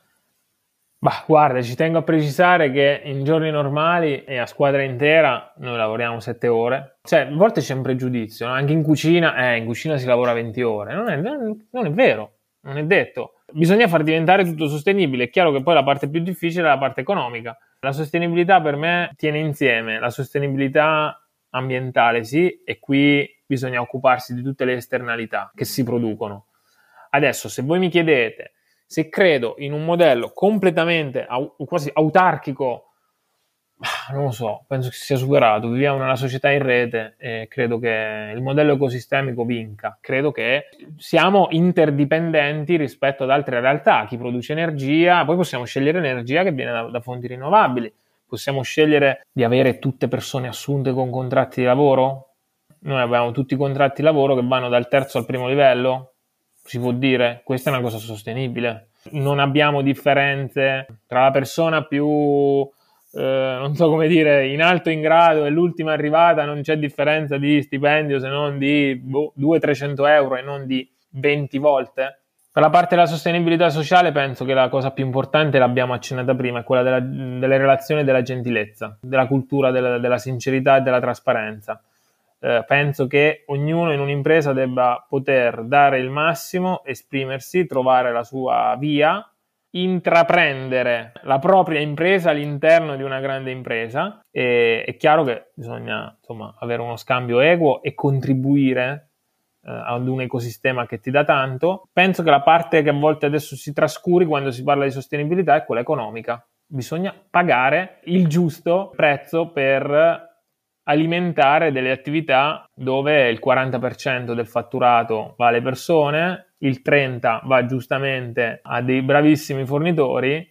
D: Bah, guarda, ci tengo a precisare che in giorni normali e a squadra intera noi lavoriamo sette ore. Cioè, a volte c'è un pregiudizio, no? Anche in cucina, eh, in cucina si lavora venti ore. Non è, non, non è vero, non è detto. Bisogna far diventare tutto sostenibile. È chiaro che poi la parte più difficile è la parte economica. La sostenibilità per me tiene insieme la sostenibilità ambientale, sì, e qui bisogna occuparsi di tutte le esternalità che si producono. Adesso, se voi mi chiedete se credo in un modello completamente au- quasi autarchico, non lo so, penso che sia superato. Viviamo in una società in rete e credo che il modello ecosistemico vinca. Credo che siamo interdipendenti rispetto ad altre realtà. Chi produce energia, poi possiamo scegliere energia che viene da, da fonti rinnovabili. Possiamo scegliere di avere tutte persone assunte con contratti di lavoro? Noi abbiamo tutti i contratti di lavoro che vanno dal terzo al primo livello? Si può dire, questa è una cosa sostenibile. Non abbiamo differenze tra la persona più, eh, non so come dire, in alto in grado e l'ultima arrivata, non c'è differenza di stipendio se non di boh, duecento trecento euro e non di venti volte. Per la parte della sostenibilità sociale penso che la cosa più importante, l'abbiamo accennata prima, è quella della, delle relazioni e della gentilezza, della cultura della, della sincerità e della trasparenza. Eh, penso che ognuno in un'impresa debba poter dare il massimo, esprimersi, trovare la sua via, intraprendere la propria impresa all'interno di una grande impresa. E è chiaro che bisogna insomma avere uno scambio equo e contribuire ad un ecosistema che ti dà tanto. Penso che la parte che a volte adesso si trascuri quando si parla di sostenibilità è quella economica. Bisogna pagare il giusto prezzo per alimentare delle attività dove il quaranta per cento del fatturato va alle persone, il trenta per cento va giustamente a dei bravissimi fornitori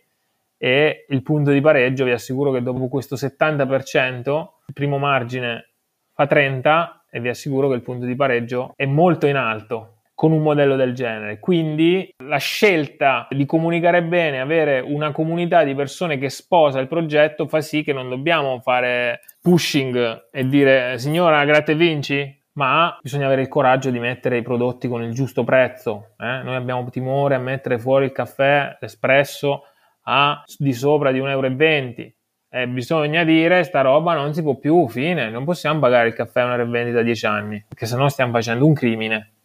D: e il punto di pareggio, vi assicuro che dopo questo settanta per cento il primo margine fa trenta per cento e vi assicuro che il punto di pareggio è molto in alto con un modello del genere. Quindi la scelta di comunicare bene, avere una comunità di persone che sposa il progetto, fa sì che non dobbiamo fare pushing e dire signora gratta e vinci, ma bisogna avere il coraggio di mettere i prodotti con il giusto prezzo. Eh? Noi abbiamo timore a mettere fuori il caffè, l'espresso a di sopra di un euro e venti. Eh, bisogna dire sta roba non si può più, fine, non possiamo pagare il caffè a un euro e venti da dieci anni, perché sennò stiamo facendo un crimine.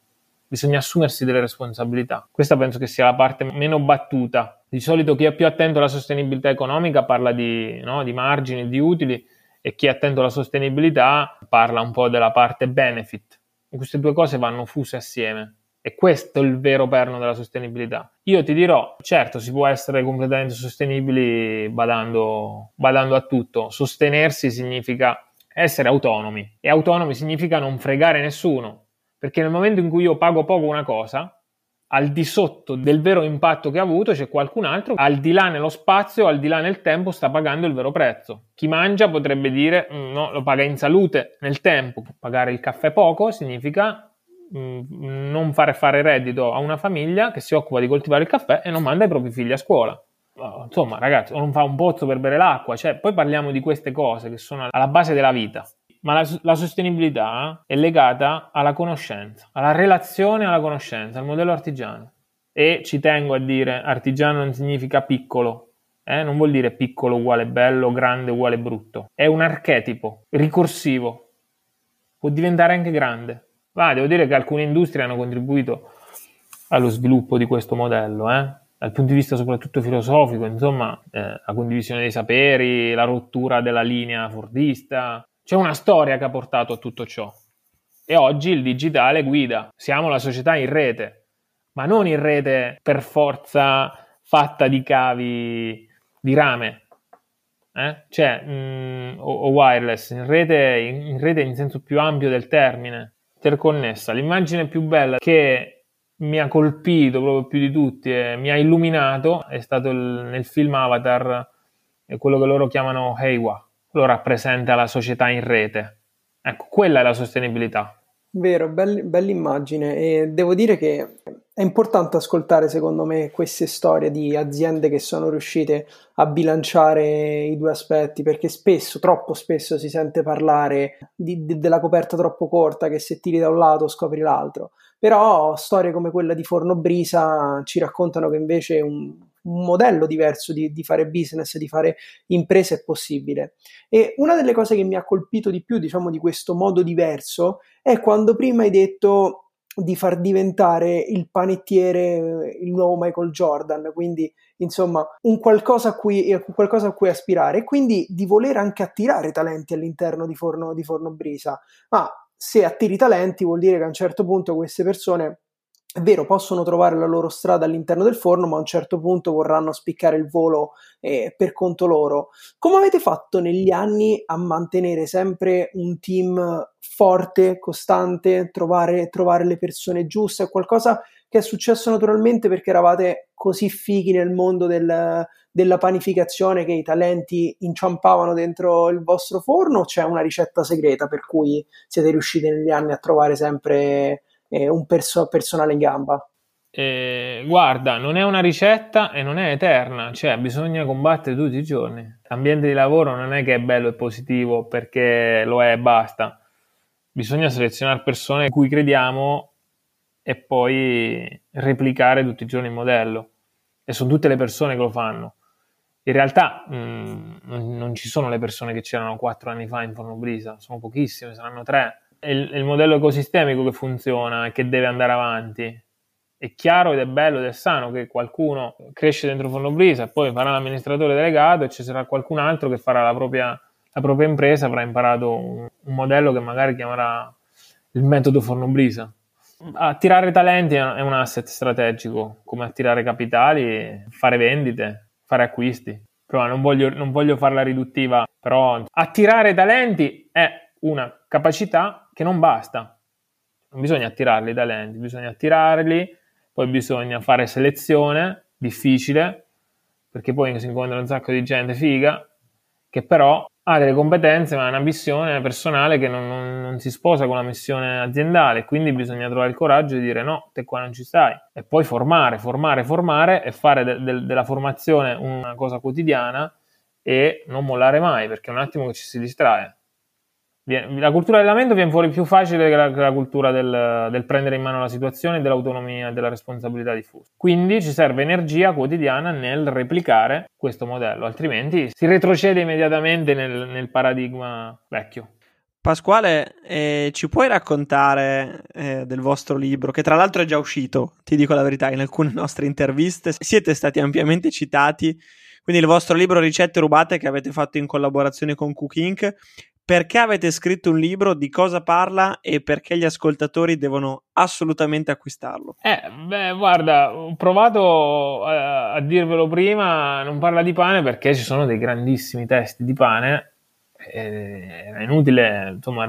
D: bisogna assumersi delle responsabilità. Questa penso che sia la parte meno battuta. Di solito chi è più attento alla sostenibilità economica parla di, no, di margini, di utili, e chi è attento alla sostenibilità parla un po' della parte benefit. E queste due cose vanno fuse assieme. E questo è il vero perno della sostenibilità. Io ti dirò, certo, si può essere completamente sostenibili badando, badando a tutto. Sostenersi significa essere autonomi, e autonomi significa non fregare nessuno, perché nel momento in cui io pago poco una cosa, al di sotto del vero impatto che ha avuto c'è qualcun altro, al di là nello spazio, al di là nel tempo, sta pagando il vero prezzo. Chi mangia potrebbe dire no, lo paga in salute nel tempo. Pagare il caffè poco significa mh, non fare fare reddito a una famiglia che si occupa di coltivare il caffè e non manda i propri figli a scuola. Insomma, ragazzi, o non fa un pozzo per bere l'acqua, cioè poi parliamo di queste cose che sono alla base della vita. Ma la, la sostenibilità è legata alla conoscenza, alla relazione alla conoscenza, al modello artigiano. E ci tengo a dire, artigiano non significa piccolo, eh? Non vuol dire piccolo uguale bello, grande uguale brutto. È un archetipo ricorsivo, può diventare anche grande. Ma devo dire che alcune industrie hanno contribuito allo sviluppo di questo modello, eh? Dal punto di vista soprattutto filosofico, insomma, eh, la condivisione dei saperi, la rottura della linea fordista. C'è una storia che ha portato a tutto ciò, e oggi il digitale guida. Siamo la società in rete, ma non in rete per forza fatta di cavi di rame, eh? Cioè, mh, o, o wireless, in rete, in, in rete in senso più ampio del termine, interconnessa. L'immagine più bella che mi ha colpito proprio più di tutti e mi ha illuminato è stato il, nel film Avatar, quello che loro chiamano Heiwa. Lo rappresenta la società in rete. Ecco, quella è la sostenibilità.
A: Vero, bell- bella immagine, e devo dire che è importante ascoltare, secondo me, queste storie di aziende che sono riuscite a bilanciare i due aspetti, perché spesso, troppo spesso, si sente parlare di, di- della coperta troppo corta, che se tiri da un lato scopri l'altro. Però storie come quella di Fornobrisa ci raccontano che invece un, un modello diverso di, di fare business, di fare impresa è possibile. E una delle cose che mi ha colpito di più, diciamo, di questo modo diverso è quando prima hai detto di far diventare il panettiere il nuovo Michael Jordan, quindi insomma un qualcosa a cui, qualcosa a cui aspirare, e quindi di voler anche attirare talenti all'interno di Forno, di Fornobrisa. Ma se attiri talenti vuol dire che a un certo punto queste persone, è vero, possono trovare la loro strada all'interno del forno, ma a un certo punto vorranno spiccare il volo eh, per conto loro. Come avete fatto negli anni a mantenere sempre un team forte, costante, trovare, trovare le persone giuste? È qualcosa che è successo naturalmente perché eravate così fighi nel mondo del, della panificazione che i talenti inciampavano dentro il vostro forno, o c'è una ricetta segreta per cui siete riusciti negli anni a trovare sempre eh, un perso- personale in gamba?
D: Eh, guarda, non è una ricetta e non è eterna, cioè bisogna combattere tutti i giorni. L'ambiente di lavoro non è che è bello e positivo perché lo è e basta. Bisogna selezionare persone in cui crediamo e poi replicare tutti i giorni il modello. E sono tutte le persone che lo fanno. In realtà mh, non, non ci sono le persone che c'erano quattro anni fa in Fornobrisa, sono pochissime, saranno tre. È il, è il modello ecosistemico che funziona e che deve andare avanti. È chiaro ed è bello ed è sano che qualcuno cresce dentro Fornobrisa e poi farà l'amministratore delegato e ci sarà qualcun altro che farà la propria, la propria impresa, avrà imparato un, un modello che magari chiamerà il metodo Fornobrisa. Attirare talenti è un asset strategico, come attirare capitali, fare vendite, fare acquisti. Però non voglio, non voglio farla riduttiva, però attirare talenti è una capacità che non basta. Non bisogna attirarli i talenti, bisogna attirarli, poi bisogna fare selezione, difficile, perché poi si incontra un sacco di gente figa, che però ha delle competenze ma ha una missione personale che non, non, non si sposa con la missione aziendale, quindi bisogna trovare il coraggio di dire no, te qua non ci stai, e poi formare, formare, formare e fare de- de- della formazione una cosa quotidiana e non mollare mai, perché è un attimo che ci si distrae. La cultura del lamento viene fuori più facile che la, che la cultura del, del prendere in mano la situazione, dell'autonomia e della responsabilità diffusa. Quindi ci serve energia quotidiana nel replicare questo modello, altrimenti si retrocede immediatamente nel, nel paradigma vecchio.
C: Pasquale, eh, ci puoi raccontare eh, del vostro libro, che tra l'altro è già uscito, ti dico la verità, in alcune nostre interviste siete stati ampiamente citati, quindi il vostro libro Ricette rubate che avete fatto in collaborazione con Cook Inc. Perché avete scritto un libro, di cosa parla e perché gli ascoltatori devono assolutamente acquistarlo?
D: Eh, beh, guarda, ho provato a, a dirvelo prima, non parla di pane perché ci sono dei grandissimi testi di pane. È inutile insomma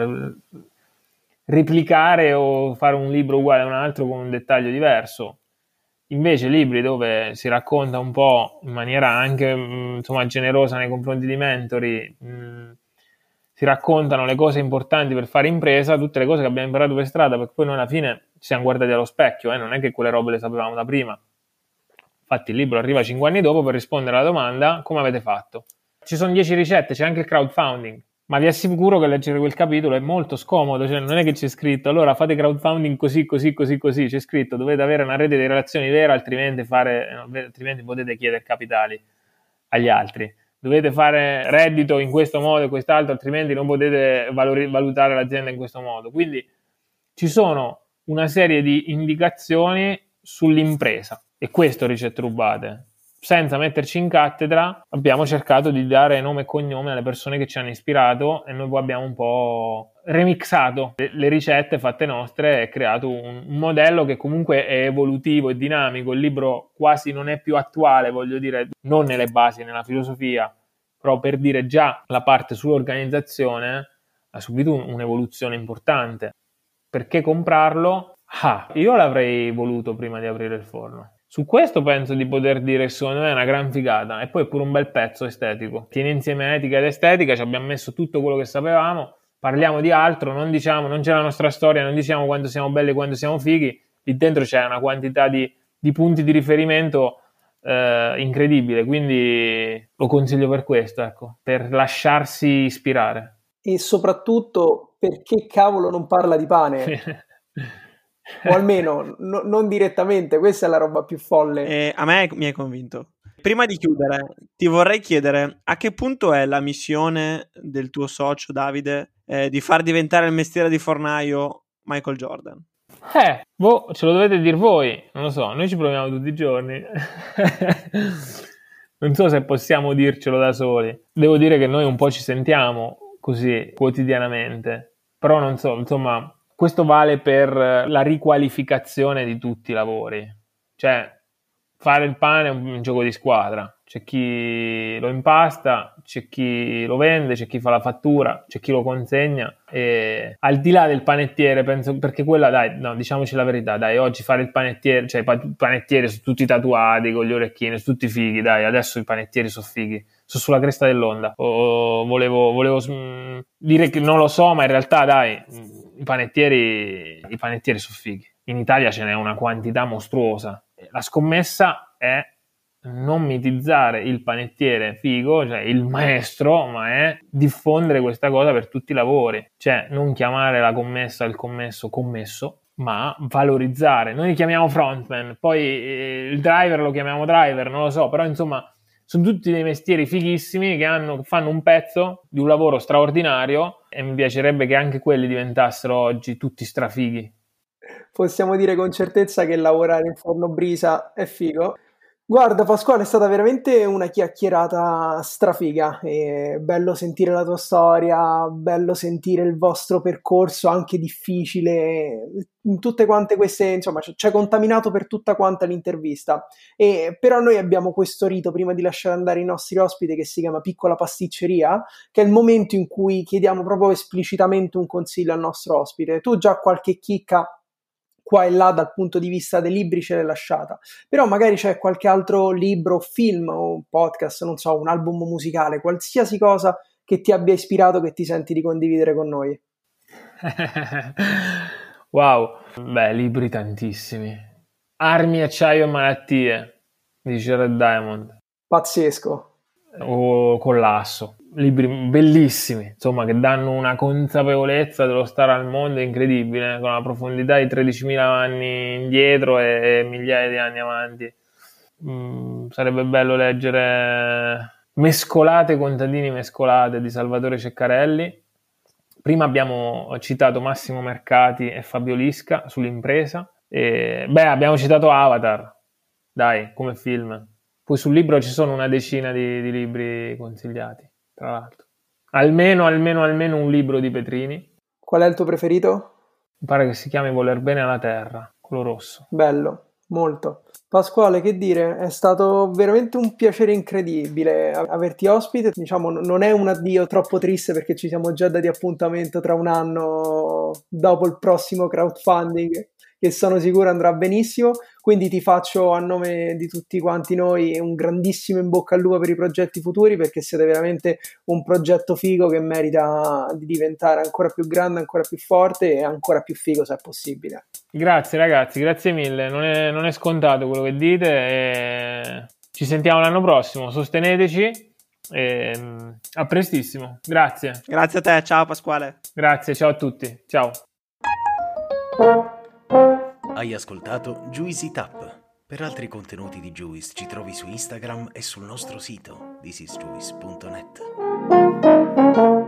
D: replicare o fare un libro uguale a un altro con un dettaglio diverso. Invece libri dove si racconta un po' in maniera anche insomma generosa nei confronti di mentori, mh, si raccontano le cose importanti per fare impresa, tutte le cose che abbiamo imparato per strada, perché poi noi alla fine ci siamo guardati allo specchio, eh, non è che quelle robe le sapevamo da prima. Infatti il libro arriva cinque anni dopo per rispondere alla domanda: come avete fatto? Ci sono dieci ricette, c'è anche il crowdfunding, ma vi assicuro che leggere quel capitolo è molto scomodo, cioè non è che c'è scritto allora fate crowdfunding così, così, così, così, c'è scritto dovete avere una rete di relazioni vera, altrimenti, fare, altrimenti potete chiedere capitali agli altri, dovete fare reddito in questo modo e quest'altro, altrimenti non potete valori, valutare l'azienda in questo modo. Quindi ci sono una serie di indicazioni sull'impresa, e questo Ricette rubate. Senza metterci in cattedra abbiamo cercato di dare nome e cognome alle persone che ci hanno ispirato e noi poi abbiamo un po' remixato le, le ricette fatte nostre e creato un, un modello che comunque è evolutivo e dinamico. Il libro quasi non è più attuale, voglio dire, non nelle basi, nella filosofia, però per dire già la parte sull'organizzazione ha subito un, un'evoluzione importante. Perché comprarlo? Ah, io l'avrei voluto prima di aprire il forno. Su questo penso di poter dire che secondo me è una gran figata, e poi è pure un bel pezzo estetico. Tiene insieme etica ed estetica, ci abbiamo messo tutto quello che sapevamo, parliamo di altro, non diciamo, non c'è la nostra storia, non diciamo quanto siamo belli e quanto siamo fighi, lì dentro c'è una quantità di, di punti di riferimento eh, incredibile, quindi lo consiglio per questo, ecco, per lasciarsi ispirare.
A: E soprattutto perché cavolo non parla di pane? O almeno no, non direttamente, questa è la roba più folle.
C: Eh, a me mi hai convinto. Prima di chiudere, ti vorrei chiedere a che punto è la missione del tuo socio Davide eh, di far diventare il mestiere di fornaio Michael Jordan?
D: Eh, boh, ce lo dovete dire voi, non lo so, noi ci proviamo tutti i giorni. Non so se possiamo dircelo da soli. Devo dire che noi un po' ci sentiamo così quotidianamente, però non so, insomma, questo vale per la riqualificazione di tutti i lavori. Cioè, fare il pane è un gioco di squadra. C'è chi lo impasta, c'è chi lo vende, c'è chi fa la fattura, c'è chi lo consegna. E al di là del panettiere, penso, perché quella, dai, no, diciamoci la verità, dai, oggi fare il panettiere, cioè i panettieri sono tutti tatuati con gli orecchini, sono tutti fighi, dai, adesso i panettieri sono fighi, sono sulla cresta dell'onda. O, volevo, volevo mh, dire che non lo so, ma in realtà, dai, i panettieri, i panettieri sono fighi. In Italia ce n'è una quantità mostruosa. La scommessa è non mitizzare il panettiere figo, cioè il maestro, ma è diffondere questa cosa per tutti i lavori. Cioè non chiamare la commessa, il commesso, commesso, ma valorizzare. Noi li chiamiamo frontman, poi eh, il driver lo chiamiamo driver, non lo so, però insomma sono tutti dei mestieri fighissimi che hanno, fanno un pezzo di un lavoro straordinario, e mi piacerebbe che anche quelli diventassero oggi tutti strafighi.
A: Possiamo dire con certezza che lavorare in forno brisa è figo. Guarda Pasquale, è stata veramente una chiacchierata strafiga, è bello sentire la tua storia, bello sentire il vostro percorso anche difficile, in tutte quante queste, insomma, ci hai contaminato per tutta quanta l'intervista. E però noi abbiamo questo rito prima di lasciare andare i nostri ospiti che si chiama Piccola Pasticceria, che è il momento in cui chiediamo proprio esplicitamente un consiglio al nostro ospite. Tu già qualche chicca qua e là dal punto di vista dei libri ce l'hai lasciata, però magari c'è qualche altro libro, film o podcast, non so, un album musicale, qualsiasi cosa che ti abbia ispirato, che ti senti di condividere con noi.
D: Wow, beh, libri tantissimi. Armi, acciaio e malattie di Jared Diamond.
A: Pazzesco.
D: O Collasso. Libri bellissimi, insomma, che danno una consapevolezza dello stare al mondo incredibile, con una profondità di tredicimila anni indietro e, e migliaia di anni avanti. Mm, sarebbe bello leggere Mescolate, contadini mescolate di Salvatore Ceccarelli, Prima abbiamo citato Massimo Mercati e Fabio Lisca sull'impresa. E, beh, abbiamo citato Avatar, dai, come film. Poi sul libro ci sono una decina di, di libri consigliati, tra l'altro. Almeno, almeno, almeno un libro di Petrini.
A: Qual è il tuo preferito?
D: Mi pare che si chiami Voler bene alla terra, quello rosso.
A: Bello, molto. Pasquale, che dire, è stato veramente un piacere incredibile averti ospite. Diciamo, non è un addio troppo triste perché ci siamo già dati appuntamento tra un anno dopo il prossimo crowdfunding, che sono sicuro andrà benissimo. Quindi ti faccio a nome di tutti quanti noi un grandissimo in bocca al lupo per i progetti futuri, perché siete veramente un progetto figo che merita di diventare ancora più grande, ancora più forte e ancora più figo se è possibile.
D: Grazie ragazzi, grazie mille, non è, non è scontato quello che dite e ci sentiamo l'anno prossimo, sosteneteci e a prestissimo, grazie.
C: Grazie a te, ciao Pasquale.
D: Grazie, ciao a tutti, ciao.
E: Hai ascoltato Juicy Tap. Per altri contenuti di Juice ci trovi su Instagram e sul nostro sito this is juice punto net.